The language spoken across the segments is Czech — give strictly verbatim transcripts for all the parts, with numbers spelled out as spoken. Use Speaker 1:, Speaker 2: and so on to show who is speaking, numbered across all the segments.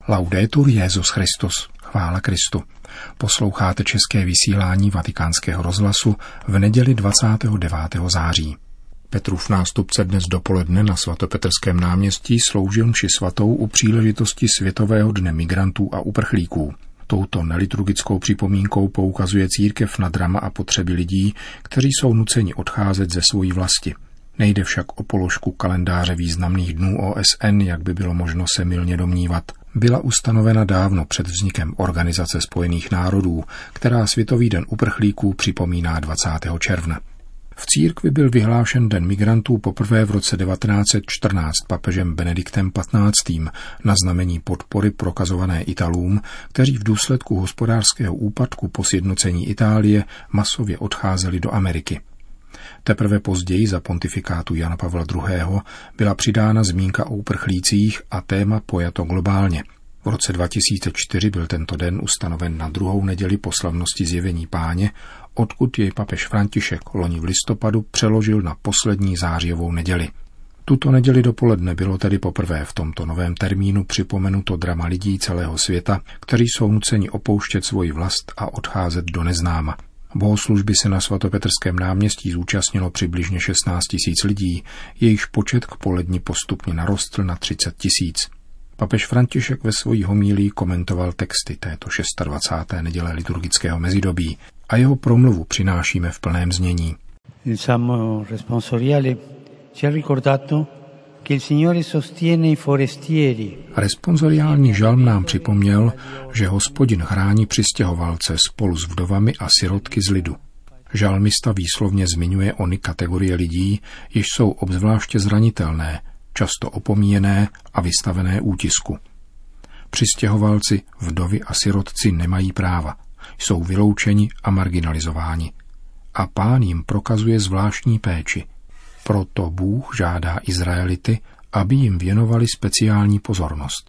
Speaker 1: Laudetur Jesus Christus, chvála Kristu. Posloucháte české vysílání Vatikánského rozhlasu v neděli dvacátého devátého září. Petrův nástupce dnes dopoledne na svatopetrském náměstí sloužil mši svatou u příležitosti Světového dne migrantů a uprchlíků. Touto neliturgickou připomínkou poukazuje církev na drama a potřeby lidí, kteří jsou nuceni odcházet ze svojí vlasti. Nejde však o položku kalendáře významných dnů O S N, jak by bylo možno se mylně domnívat. Byla ustanovena dávno před vznikem Organizace spojených národů, která Světový den uprchlíků připomíná dvacátého června. V církvi byl vyhlášen Den migrantů poprvé v roce devatenáct set čtrnáct papežem Benediktem patnáctým na znamení podpory prokazované Italům, kteří v důsledku hospodářského úpadku po sjednocení Itálie masově odcházeli do Ameriky. Teprve později za pontifikátu Jana Pavla druhého. byla přidána zmínka o uprchlících a téma pojato globálně. V roce dva tisíce čtyři byl tento den ustanoven na druhou neděli po slavnosti Zjevení Páně, odkud jej papež František loni v listopadu přeložil na poslední zářijovou neděli. Tuto neděli dopoledne bylo tedy poprvé v tomto novém termínu připomenuto drama lidí celého světa, kteří jsou nuceni opouštět svoji vlast a odcházet do neznáma. Bohoslužby se na svatopetrském náměstí zúčastnilo přibližně šestnáct tisíc lidí, jejichž počet k poledni postupně narostl na třicet tisíc. Papež František ve svojí homílii komentoval texty této dvacáté šesté neděle liturgického mezidobí a jeho promluvu přinášíme v plném znění.
Speaker 2: Il Salmo responsoriale ci ha ricordato che il Signore sostiene i forestieri.
Speaker 1: Responsoriální žalm nám připomněl, že Hospodin chrání přistěhovalce spolu s vdovami a sirotky z lidu. Žalmista výslovně zmiňuje ony kategorie lidí, jež jsou obzvláště zranitelné, často opomíjené a vystavené útisku. Přistěhovalci, vdovy a sirotci nemají práva, jsou vyloučeni a marginalizováni. A Pán jim prokazuje zvláštní péči. Proto Bůh žádá Izraelity, aby jim věnovali speciální pozornost.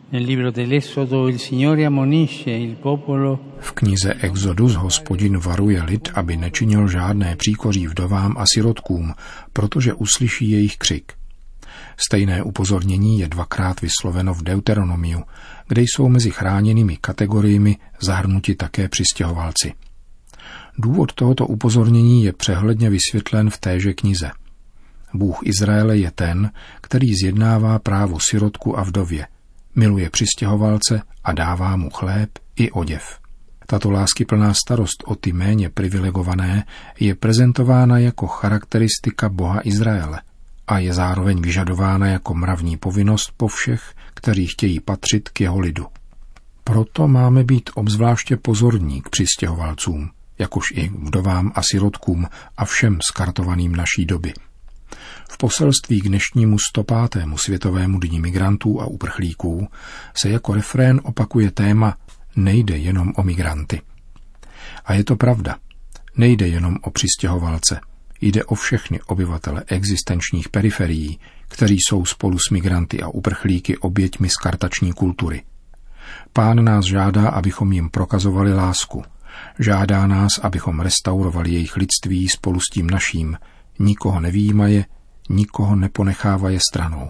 Speaker 1: V knize Exodus Hospodin varuje lid, aby nečinil žádné příkoří vdovám a sirotkům, protože uslyší jejich křik. Stejné upozornění je dvakrát vysloveno v Deuteronomiu, kde jsou mezi chráněnými kategoriemi zahrnuti také přistěhovalci. Důvod tohoto upozornění je přehledně vysvětlen v téže knize. Bůh Izraele je ten, který zjednává právo sirotku a vdově, miluje přistěhovalce a dává mu chléb i oděv. Tato láskyplná starost o ty méně privilegované je prezentována jako charakteristika Boha Izraele a je zároveň vyžadována jako mravní povinnost po všech, kteří chtějí patřit k jeho lidu. Proto máme být obzvláště pozorní k přistěhovalcům, jakož i vdovám a sirotkům a všem skartovaným naší doby. V poselství k dnešnímu sto pátému Světovému dni migrantů a uprchlíků se jako refrén opakuje téma nejde jenom o migranty. A je to pravda. Nejde jenom o přistěhovalce. Jde o všechny obyvatele existenčních periferií, kteří jsou spolu s migranty a uprchlíky oběťmi skartační kultury. Pán nás žádá, abychom jim prokazovali lásku. Žádá nás, abychom restaurovali jejich lidství spolu s tím naším. Nikoho nevyjímaje, nikoho neponechávaje stranou.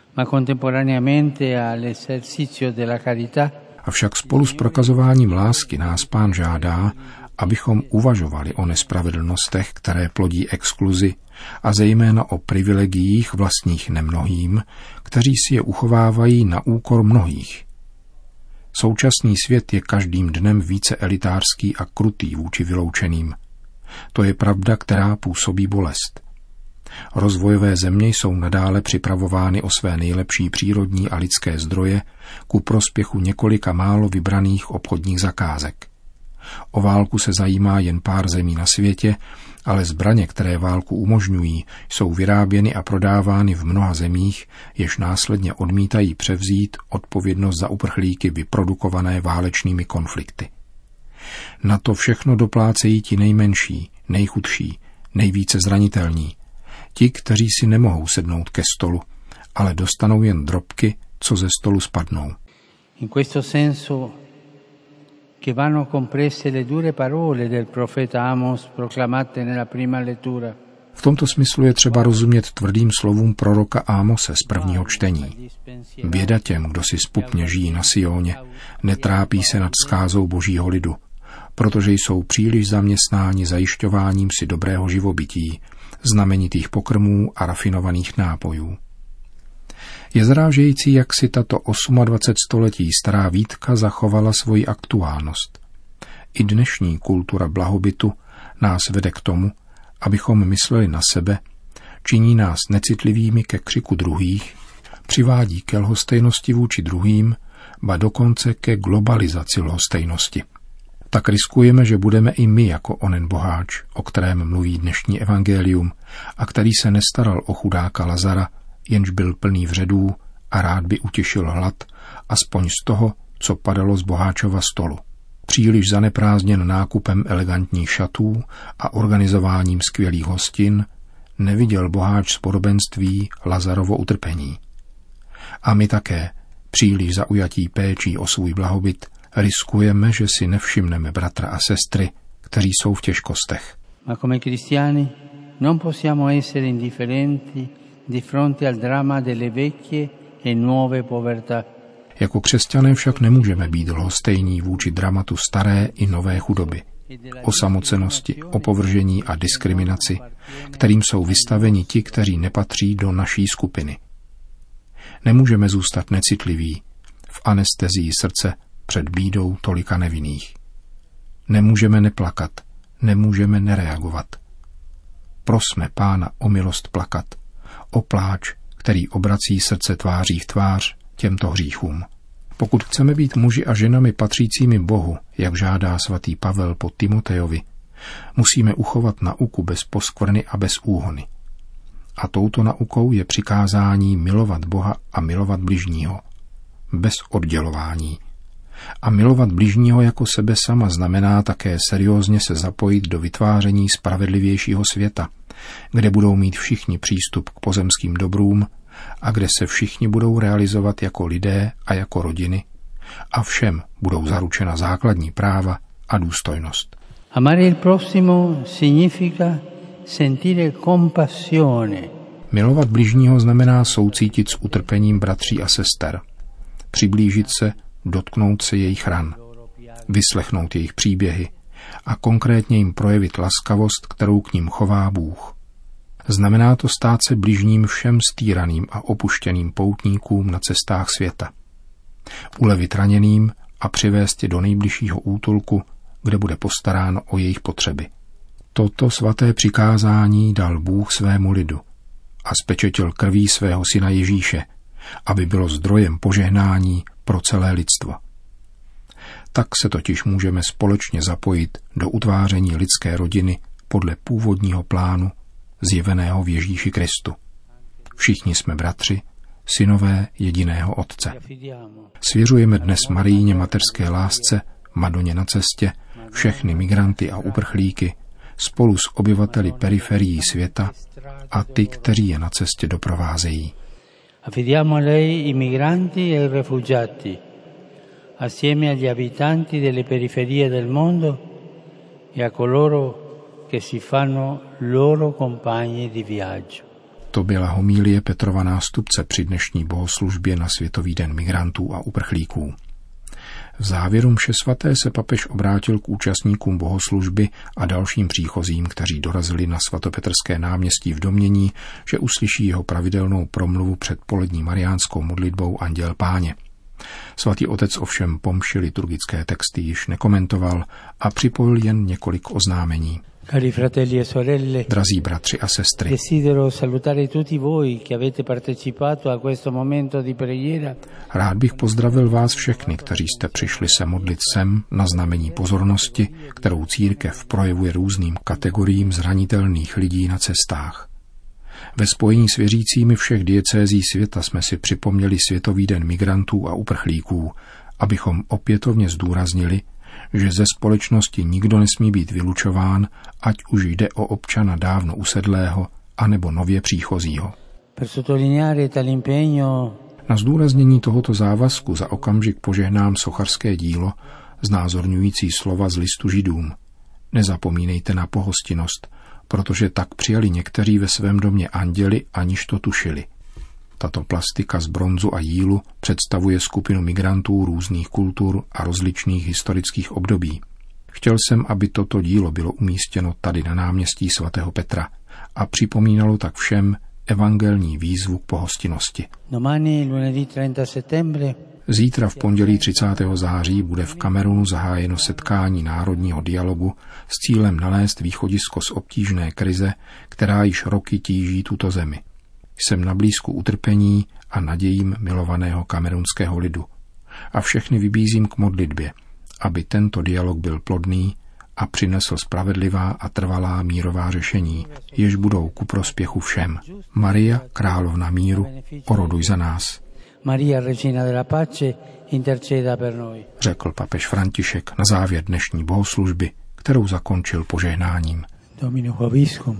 Speaker 1: Avšak spolu s prokazováním lásky nás Pán žádá, abychom uvažovali o nespravedlnostech, které plodí exkluzi, a zejména o privilegiích vlastních nemnohým, kteří si je uchovávají na úkor mnohých. Současný svět je každým dnem více elitářský a krutý vůči vyloučeným. To je pravda, která působí bolest. Rozvojové země jsou nadále připravovány o své nejlepší přírodní a lidské zdroje ku prospěchu několika málo vybraných obchodních zakázek. O válku se zajímá jen pár zemí na světě, ale zbraně, které válku umožňují, jsou vyráběny a prodávány v mnoha zemích, jež následně odmítají převzít odpovědnost za uprchlíky vyprodukované válečnými konflikty. Na to všechno doplácejí ti nejmenší, nejchudší, nejvíce zranitelní, ti, kteří si nemohou sednout ke stolu, ale dostanou jen drobky, co ze stolu spadnou.
Speaker 2: In questo senso che vanno comprese le dure parole del profeta Amos proclamate nella prima lettura.
Speaker 1: V tomto smyslu je třeba rozumět tvrdým slovům proroka Ámose z prvního čtení. Běda těm, kdo si zpupně žijí na Sioně, netrápí se nad zkázou božího lidu, protože jsou příliš zaměstnáni zajišťováním si dobrého živobytí, znamenitých pokrmů a rafinovaných nápojů. Je zarážející, jak si tato dvacet osm století stará výtka zachovala svoji aktuálnost. I dnešní kultura blahobytu nás vede k tomu, abychom mysleli na sebe, činí nás necitlivými ke křiku druhých, přivádí ke lhostejnosti vůči druhým, ba dokonce ke globalizaci lhostejnosti. Tak riskujeme, že budeme i my jako onen boháč, o kterém mluví dnešní evangelium a který se nestaral o chudáka Lazara, jenž byl plný vředů a rád by utěšil hlad, aspoň z toho, co padalo z boháčova stolu. Příliš zaneprázdněn nákupem elegantních šatů a organizováním skvělých hostin, neviděl boháč z podobenství Lazarovo utrpení. A my také, příliš zaujatí péčí o svůj blahobyt, riskujeme, že si nevšimneme bratra a sestry, kteří jsou v těžkostech.
Speaker 2: Ma come cristiani non possiamo essere indifferenti di fronte al dramma delle vecchie e nuove povertà.
Speaker 1: Jako křesťané však nemůžeme být lhostejní vůči dramatu staré i nové chudoby, osamocenosti, opovržení a diskriminaci, kterým jsou vystaveni ti, kteří nepatří do naší skupiny. Nemůžeme zůstat necitliví v anestezii srdce před bídou tolika nevinných. Nemůžeme neplakat, nemůžeme nereagovat. Prosme Pána o milost plakat, o pláč, který obrací srdce tváří v tvář těmto hříchům. Pokud chceme být muži a ženami patřícími Bohu, jak žádá svatý Pavel po Timotejovi, musíme uchovat nauku bez poskvrny a bez úhony. A touto naukou je přikázání milovat Boha a milovat bližního, bez oddělování. A milovat bližního jako sebe sama znamená také seriózně se zapojit do vytváření spravedlivějšího světa, kde budou mít všichni přístup k pozemským dobrům a kde se všichni budou realizovat jako lidé a jako rodiny a všem budou zaručena základní práva a důstojnost.
Speaker 2: Amare il prossimo significa sentire compassione.
Speaker 1: Milovat bližního znamená soucítit s utrpením bratří a sester, přiblížit se, dotknout se jejich ran, vyslechnout jejich příběhy a konkrétně jim projevit laskavost, kterou k ním chová Bůh. Znamená to stát se bližním všem stýraným a opuštěným poutníkům na cestách světa. Ulevit raněným a přivést je do nejbližšího útulku, kde bude postaráno o jejich potřeby. Toto svaté přikázání dal Bůh svému lidu a spečetil krví svého syna Ježíše, aby bylo zdrojem požehnání pro celé lidstvo. Tak se totiž můžeme společně zapojit do utváření lidské rodiny podle původního plánu zjeveného v Ježíši Kristu. Všichni jsme bratři, synové jediného Otce. Svěřujeme dnes Marijně mateřské lásce, Madoně na cestě, všechny migranty a uprchlíky, spolu s obyvateli periferií světa a ty, kteří je na cestě doprovázejí.
Speaker 2: Affidiamo a lei i migranti e i rifugiati, assieme agli abitanti delle periferie del mondo e a coloro che si fanno loro compagni di viaggio.
Speaker 1: To byla homilie Petrova nástupce při dnešní bohoslužbě na Světový den migrantů a uprchlíků. V závěru mše svaté se papež obrátil k účastníkům bohoslužby a dalším příchozím, kteří dorazili na svatopetrské náměstí v domnění, že uslyší jeho pravidelnou promluvu před polední mariánskou modlitbou Anděl Páně. Svatý otec ovšem pomši liturgické texty již nekomentoval a připojil jen několik oznámení.
Speaker 2: Cari fratelli e sorelle,
Speaker 1: Drazí bratři a sestry,
Speaker 2: desidero salutare tutti voi che avete partecipato a questo momento di preghiera.
Speaker 1: Rád bych pozdravil vás všechny, kteří jste přišli se modlit sem na znamení pozornosti, kterou církev projevuje různým kategoriím zranitelných lidí na cestách. Ve spojení s věřícími všech diecézí světa jsme si připomněli Světový den migrantů a uprchlíků, abychom opětovně zdůraznili, že ze společnosti nikdo nesmí být vylučován, ať už jde o občana dávno usedlého, anebo nově příchozího. Na zdůraznění tohoto závazku za okamžik požehnám sochařské dílo, znázorňující slova z listu Židům. Nezapomínejte na pohostinnost, protože tak přijali někteří ve svém domě anděli, aniž to tušili. Tato plastika z bronzu a jílu představuje skupinu migrantů různých kultur a rozličných historických období. Chtěl jsem, aby toto dílo bylo umístěno tady na náměstí svatého Petra a připomínalo tak všem evangelní výzvu k pohostinnosti. Zítra v pondělí třicátého září bude v Kamerunu zahájeno setkání národního dialogu s cílem nalézt východisko z obtížné krize, která již roky tíží tuto zemi. Jsem na blízku utrpení a nadějím milovaného kamerunského lidu. A všechny vybízím k modlitbě, aby tento dialog byl plodný a přinesl spravedlivá a trvalá mírová řešení, jež budou ku prospěchu všem. Maria, královna míru, oroduj za nás.
Speaker 2: Maria, regina della pace, interceda per noi.
Speaker 1: Řekl papež František na závěr dnešní bohoslužby, kterou zakončil požehnáním.
Speaker 2: Domino vobiscum.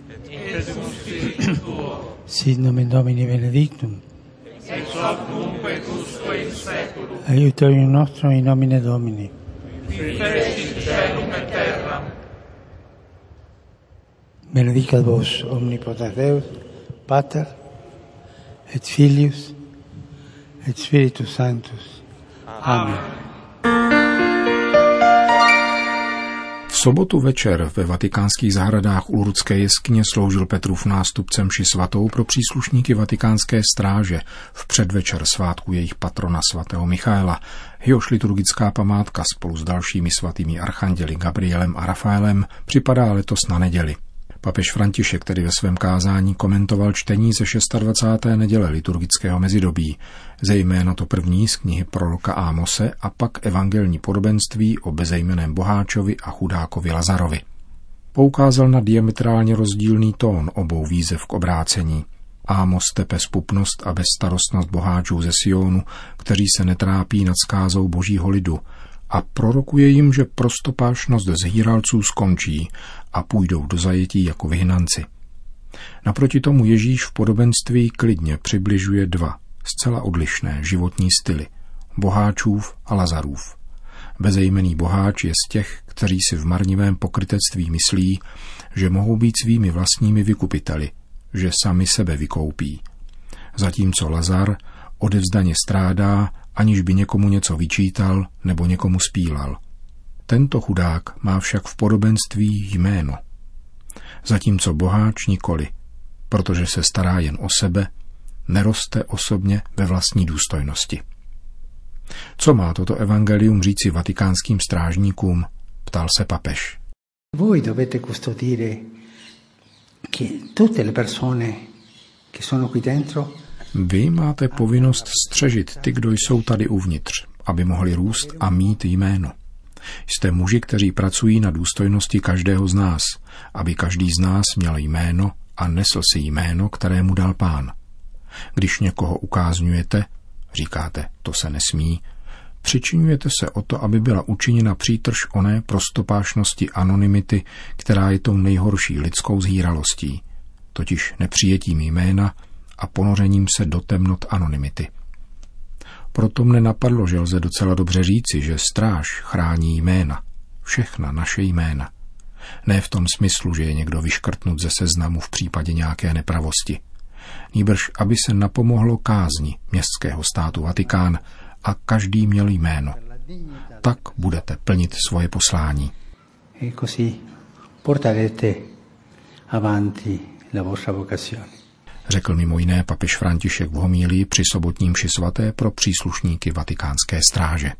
Speaker 2: Sit nomen Domini benedictum. Ex hoc nunc et usque in saeculum. Aiutorium nostrum in nomine Domini. Qui fecit caelum et terram. Benedicat vos omnipotens Deus, Pater et Filius et Spiritus Sanctus. Amen.
Speaker 1: V sobotu večer ve vatikánských zahradách u Lurdské jeskyně sloužil Petrův nástupce mši svatou pro příslušníky vatikánské stráže v předvečer svátku jejich patrona svatého Michaela. Jehož liturgická památka spolu s dalšími svatými archanděli Gabrielem a Rafaelem připadá letos na neděli. Papež František tedy ve svém kázání komentoval čtení ze dvacáté šesté neděle liturgického mezidobí, zejména to první z knihy proroka Ámose a pak evangelní podobenství o bezejmenném boháčovi a chudákovi Lazarovi. Poukázal na diametrálně rozdílný tón obou výzev k obrácení. Ámos tepe zpupnost a bezstarostnost boháčů ze Sionu, kteří se netrápí nad zkázou božího lidu, a prorokuje jim, že prostopášnost zhýralců skončí a půjdou do zajetí jako vyhnanci. Naproti tomu Ježíš v podobenství klidně přibližuje dva zcela odlišné životní styly, boháčův a Lazarův. Bezejmenný boháč je z těch, kteří si v marnivém pokrytectví myslí, že mohou být svými vlastními vykupiteli, že sami sebe vykoupí. Zatímco Lazar odevzdaně strádá, aniž by někomu něco vyčítal nebo někomu spílal. Tento chudák má však v podobenství jméno. Zatímco boháč nikoli, protože se stará jen o sebe, neroste osobně ve vlastní důstojnosti. Co má toto evangelium říci vatikánským strážníkům, ptal se papež.
Speaker 2: Voi dovete custodire che tutte le persone che sono qui dentro.
Speaker 1: Vy máte povinnost střežit ty, kdo jsou tady uvnitř, aby mohli růst a mít jméno. Jste muži, kteří pracují na důstojnosti každého z nás, aby každý z nás měl jméno a nesl si jméno, které mu dal Pán. Když někoho ukázňujete, říkáte, to se nesmí, přičiňujete se o to, aby byla učiněna přítrž oné prostopášnosti anonymity, která je tou nejhorší lidskou zhýralostí, totiž nepřijetím jména a ponořením se do temnot anonymity. Proto mne napadlo, že lze docela dobře říci, že stráž chrání jména, všechna naše jména. Ne v tom smyslu, že je někdo vyškrtnut ze seznamu v případě nějaké nepravosti. Nýbrž, aby se napomohlo kázni městského státu Vatikán a každý měl jméno. Tak budete plnit svoje poslání.
Speaker 2: E così porterete avanti la vostra vocazione.
Speaker 1: Řekl mimo jiné papež František v homílii při sobotní mši svaté pro příslušníky vatikánské stráže.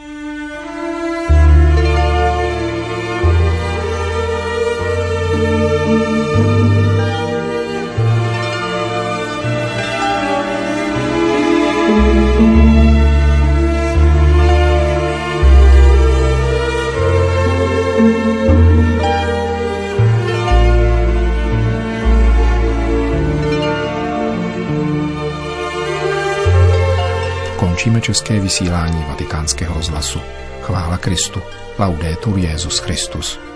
Speaker 1: Končíme české vysílání Vatikánského rozhlasu. Chvála Kristu. Laudetur Jesus Christus.